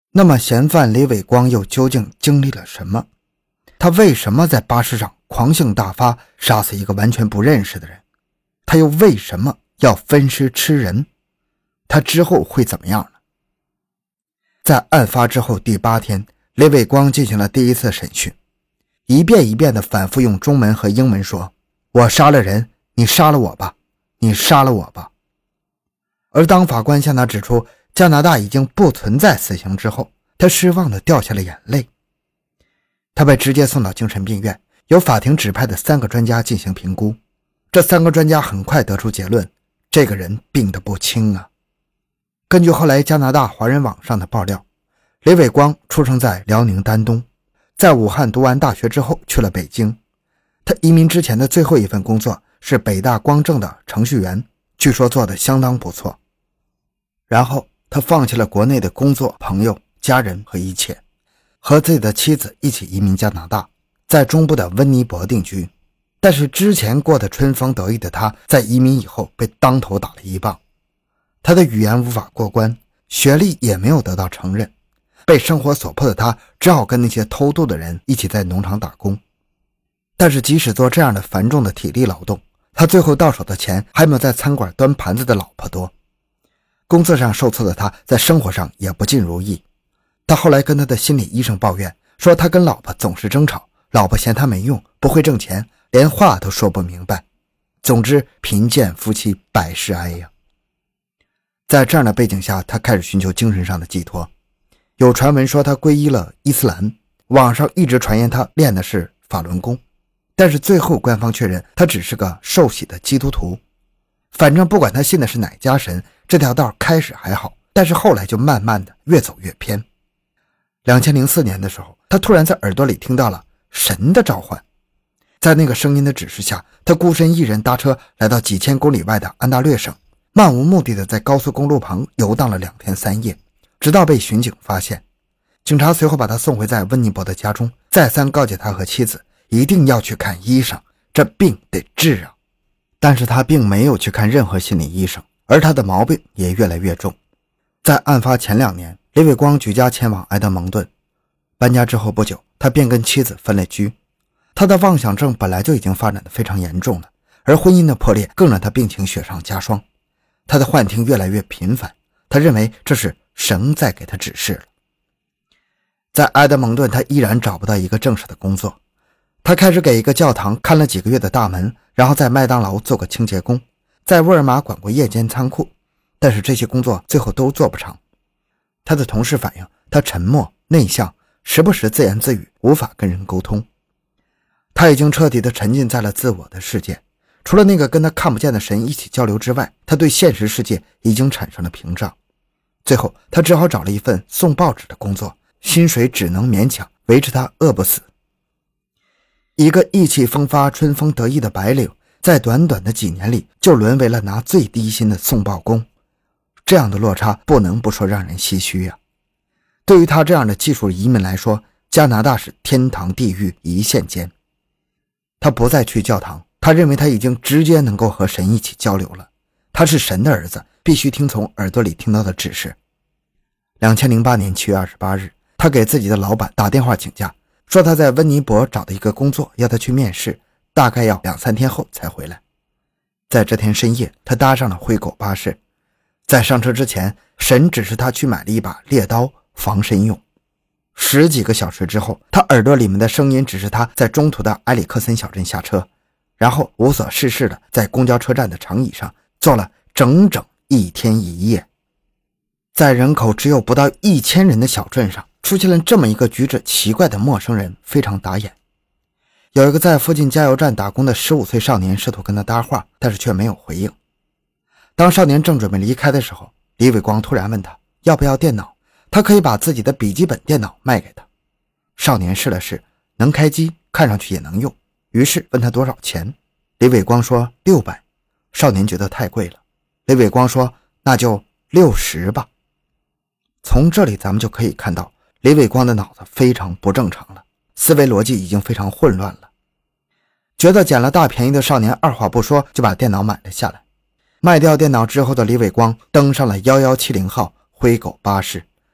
那么嫌犯李伟光又究竟经历了什么？他为什么在巴士上狂性大发，杀死一个完全不认识的人？他又为什么要分尸吃人？他之后会怎么样呢？在案发之后第8天，李伟光进行了第一次审讯，一遍一遍地反复用中文和英文说：我杀了人，你杀了我吧，你杀了我吧。而当法官向他指出加拿大已经不存在死刑之后，他失望地掉下了眼泪。他被直接送到精神病院，由法庭指派的3个专家进行评估。这3个专家很快得出结论，这个人病得不轻啊。根据后来加拿大华人网上的爆料，李伟光出生在辽宁丹东，在武汉读完大学之后去了北京。他移民之前的最后一份工作是北大光正的程序员，据说做得相当不错。然后他放弃了国内的工作、朋友、家人和一切，和自己的妻子一起移民加拿大，在中部的温尼伯定居。但是之前过得春风得意的他，在移民以后被当头打了一棒。他的语言无法过关，学历也没有得到承认，被生活所迫的他只好跟那些偷渡的人一起在农场打工。但是即使做这样的繁重的体力劳动，他最后到手的钱还没有在餐馆端盘子的老婆多。工作上受挫的他，在生活上也不尽如意。他后来跟他的心理医生抱怨，说他跟老婆总是争吵，老婆嫌他没用，不会挣钱，连话都说不明白。总之贫贱夫妻百事哀呀。在这样的背景下，他开始寻求精神上的寄托。有传闻说他皈依了伊斯兰，网上一直传言他练的是法轮功，但是最后官方确认他只是个受洗的基督徒。反正不管他信的是哪家神，这条道开始还好，但是后来就慢慢的越走越偏。2004年的时候，他突然在耳朵里听到了神的召唤。在那个声音的指示下，他孤身一人搭车来到几千公里外的安大略省，漫无目的的在高速公路旁游荡了2天3夜，直到被巡警发现。警察随后把他送回在温尼伯的家中，再三告诫他和妻子一定要去看医生，这病得治啊。但是他并没有去看任何心理医生，而他的毛病也越来越重。在案发前2年，李伟光举家前往埃德蒙顿，搬家之后不久，他便跟妻子分了居。他的妄想症本来就已经发展得非常严重了，而婚姻的破裂更让他病情雪上加霜。他的幻听越来越频繁，他认为这是神在给他指示了。在埃德蒙顿，他依然找不到一个正式的工作。他开始给一个教堂看了几个月的大门，然后在麦当劳做个清洁工，在沃尔玛管过夜间仓库，但是这些工作最后都做不成。他的同事反映他沉默内向，时不时自言自语，无法跟人沟通。他已经彻底地沉浸在了自我的世界，除了那个跟他看不见的神一起交流之外，他对现实世界已经产生了屏障。最后他只好找了一份送报纸的工作，薪水只能勉强维持他饿不死。一个意气风发春风得意的白领，在短短的几年里就沦为了拿最低薪的送报工，这样的落差不能不说让人唏嘘啊。对于他这样的技术移民来说，加拿大是天堂地狱一线间。他不再去教堂，他认为他已经直接能够和神一起交流了，他是神的儿子，必须听从耳朵里听到的指示。2008年7月28日，他给自己的老板打电话请假，说他在温尼伯找的一个工作要他去面试，大概要2-3天后才回来。在这天深夜，他搭上了灰狗巴士。在上车之前，神指示他去买了一把猎刀防身用。10几个小时之后，他耳朵里面的声音指示他在中途的埃里克森小镇下车，然后无所事事的在公交车站的长椅上坐了整整1天1夜。在人口只有不到1000人的小镇上，出现了这么一个举止奇怪的陌生人，非常打眼。有一个在附近加油站打工的15岁少年试图跟他搭话，但是却没有回应。当少年正准备离开的时候，李伟光突然问他要不要电脑，他可以把自己的笔记本电脑卖给他。少年试了试，能开机，看上去也能用，于是问他多少钱。李伟光说600，少年觉得太贵了。李伟光说那就60吧。从这里咱们就可以看到，李伟光的脑子非常不正常了，思维逻辑已经非常混乱了。觉得捡了大便宜的少年二话不说就把电脑买了下来。卖掉电脑之后的李伟光登上了1170号灰狗巴士。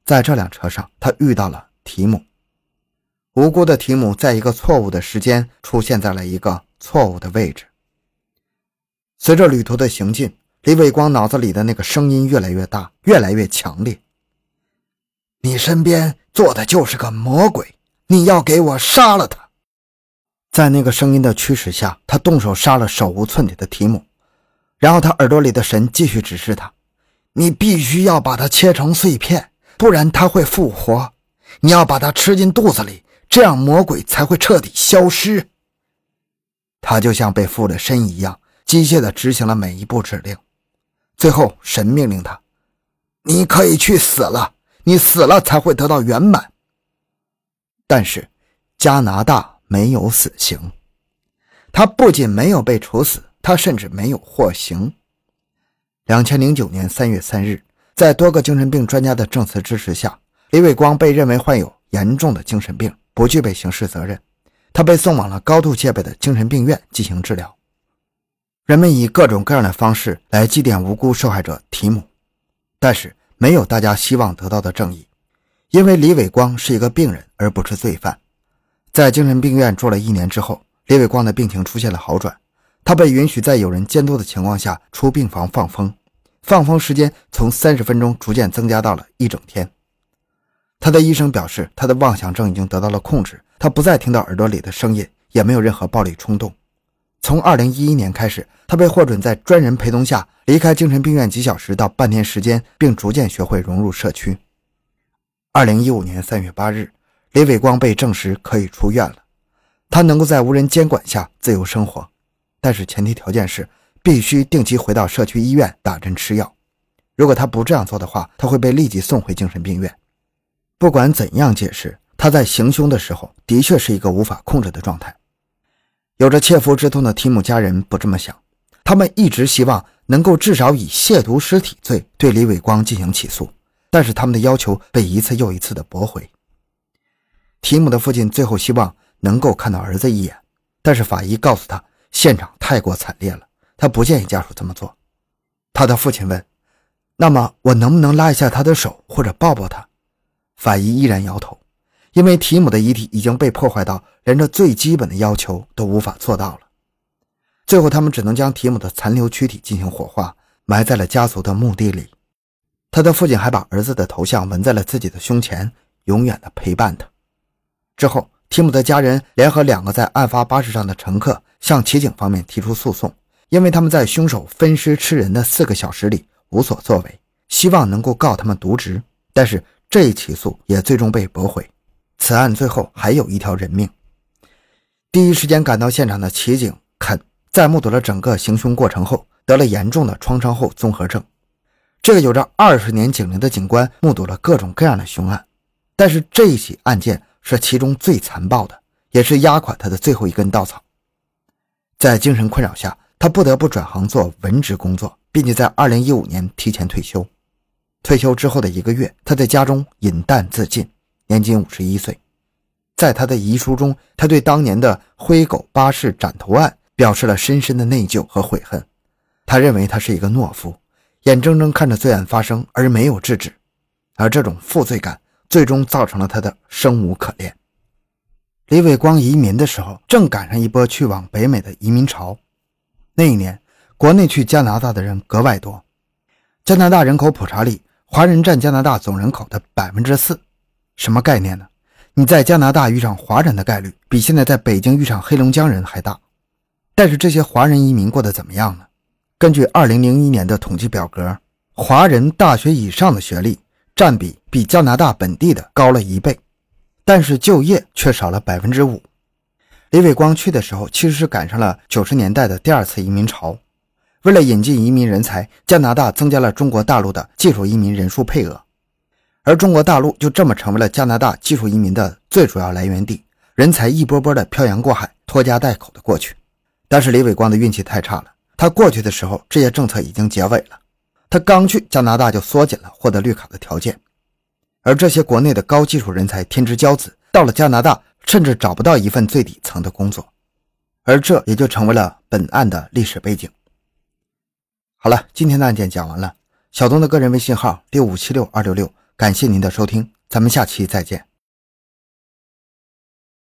在这辆车上，他遇到了提姆。无辜的提姆在一个错误的时间出现在了一个错误的位置。随着旅途的行进，李伟光脑子里的那个声音越来越大，越来越强烈。你身边坐的就是个魔鬼，你要给我杀了他。在那个声音的驱使下，他动手杀了手无寸铁的提姆，然后他耳朵里的神继续指示他，你必须要把它切成碎片，不然它会复活，你要把它吃进肚子里，这样魔鬼才会彻底消失。他就像被附了身一样，机械地执行了每一步指令。最后神命令他，你可以去死了，你死了才会得到圆满。但是加拿大没有死刑，他不仅没有被处死，他甚至没有获刑。2009年3月3日，在多个精神病专家的证词支持下，李伟光被认为患有严重的精神病，不具备刑事责任。他被送往了高度戒备的精神病院进行治疗。人们以各种各样的方式来祭奠无辜受害者提姆，但是没有大家希望得到的正义，因为李伟光是一个病人而不是罪犯。在精神病院住了1年之后，李伟光的病情出现了好转，他被允许在有人监督的情况下出病房放风，放风时间从30分钟逐渐增加到了1整天。他的医生表示，他的妄想症已经得到了控制，他不再听到耳朵里的声音，也没有任何暴力冲动。从2011年开始，他被获准在专人陪同下离开精神病院几小时到半天时间，并逐渐学会融入社区。2015年3月8日，李伟光被证实可以出院了，他能够在无人监管下自由生活，但是前提条件是必须定期回到社区医院打针吃药。如果他不这样做的话，他会被立即送回精神病院。不管怎样解释，他在行凶的时候的确是一个无法控制的状态。有着切肤之痛的提姆家人不这么想，他们一直希望能够至少以亵渎尸体罪对李伟光进行起诉，但是他们的要求被一次又一次的驳回。提姆的父亲最后希望能够看到儿子一眼，但是法医告诉他现场太过惨烈了，他不建议家属这么做。他的父亲问，那么我能不能拉一下他的手或者抱抱他？法医依然摇头，因为提姆的遗体已经被破坏到连这最基本的要求都无法做到了。最后他们只能将提姆的残留躯体进行火化，埋在了家族的墓地里。他的父亲还把儿子的头像纹在了自己的胸前，永远的陪伴他。之后提姆的家人联合2个在案发巴士上的乘客向骑警方面提出诉讼，因为他们在凶手分尸吃人的4个小时里无所作为，希望能够告他们渎职，但是这一起诉也最终被驳回。此案最后还有一条人命。第一时间赶到现场的骑警肯，在目睹了整个行凶过程后，得了严重的创伤后综合症。这个有着20年警龄的警官目睹了各种各样的凶案，但是这一起案件是其中最残暴的，也是压垮他的最后一根稻草。在精神困扰下，他不得不转行做文职工作，并且在2015年提前退休。退休之后的1个月，他在家中饮弹自尽，年仅51岁。在他的遗书中，他对当年的灰狗巴士斩头案表示了深深的内疚和悔恨。他认为他是一个懦夫，眼睁睁看着罪案发生而没有制止，而这种负罪感最终造成了他的生无可恋。李伟光移民的时候，正赶上一波去往北美的移民潮。那一年，国内去加拿大的人格外多。加拿大人口普查里，华人占加拿大总人口的 4%。 什么概念呢？你在加拿大遇上华人的概率比现在在北京遇上黑龙江人还大。但是这些华人移民过得怎么样呢？根据2001年的统计表格，华人大学以上的学历占比比加拿大本地的高了1倍，但是就业却少了 5%。 李伟光去的时候其实是赶上了90年代的第2次移民潮。为了引进移民人才，加拿大增加了中国大陆的技术移民人数配额，而中国大陆就这么成为了加拿大技术移民的最主要来源地，人才一波波的漂洋过海，拖家带口的过去。但是李伟光的运气太差了，他过去的时候这些政策已经结尾了，他刚去加拿大就缩紧了获得绿卡的条件，而这些国内的高技术人才天之骄子到了加拿大甚至找不到一份最底层的工作，而这也就成为了本案的历史背景。好了，今天的案件讲完了。小东的个人微信号6576-266， 感谢您的收听，咱们下期再见。